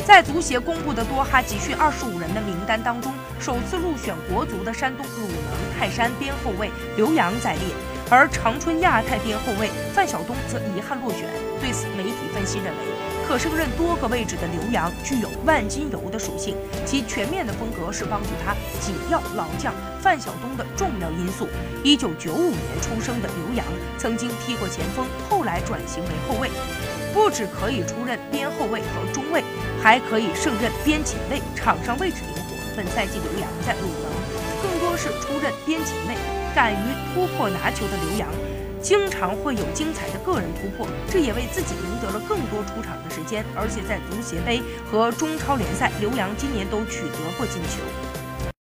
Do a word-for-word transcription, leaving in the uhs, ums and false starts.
在足协公布的多哈集训二十五人的名单当中，首次入选国足的山东鲁能泰山边后卫刘洋在列，而长春亚泰边后卫范晓东则遗憾落选。对此，媒体分析认为，可胜任多个位置的刘洋具有万金油的属性，其全面的风格是帮助他紧要老将范晓东的重要因素。一九九五年出生的刘洋曾经踢过前锋，后来转型为后卫。不只可以出任边后卫和中卫，还可以胜任边前卫，场上位置灵活。本赛季刘洋在鲁能更多是出任边前卫，敢于突破拿球的刘洋，经常会有精彩的个人突破，这也为自己赢得了更多出场的时间。而且在足协杯和中超联赛，刘洋今年都取得过进球。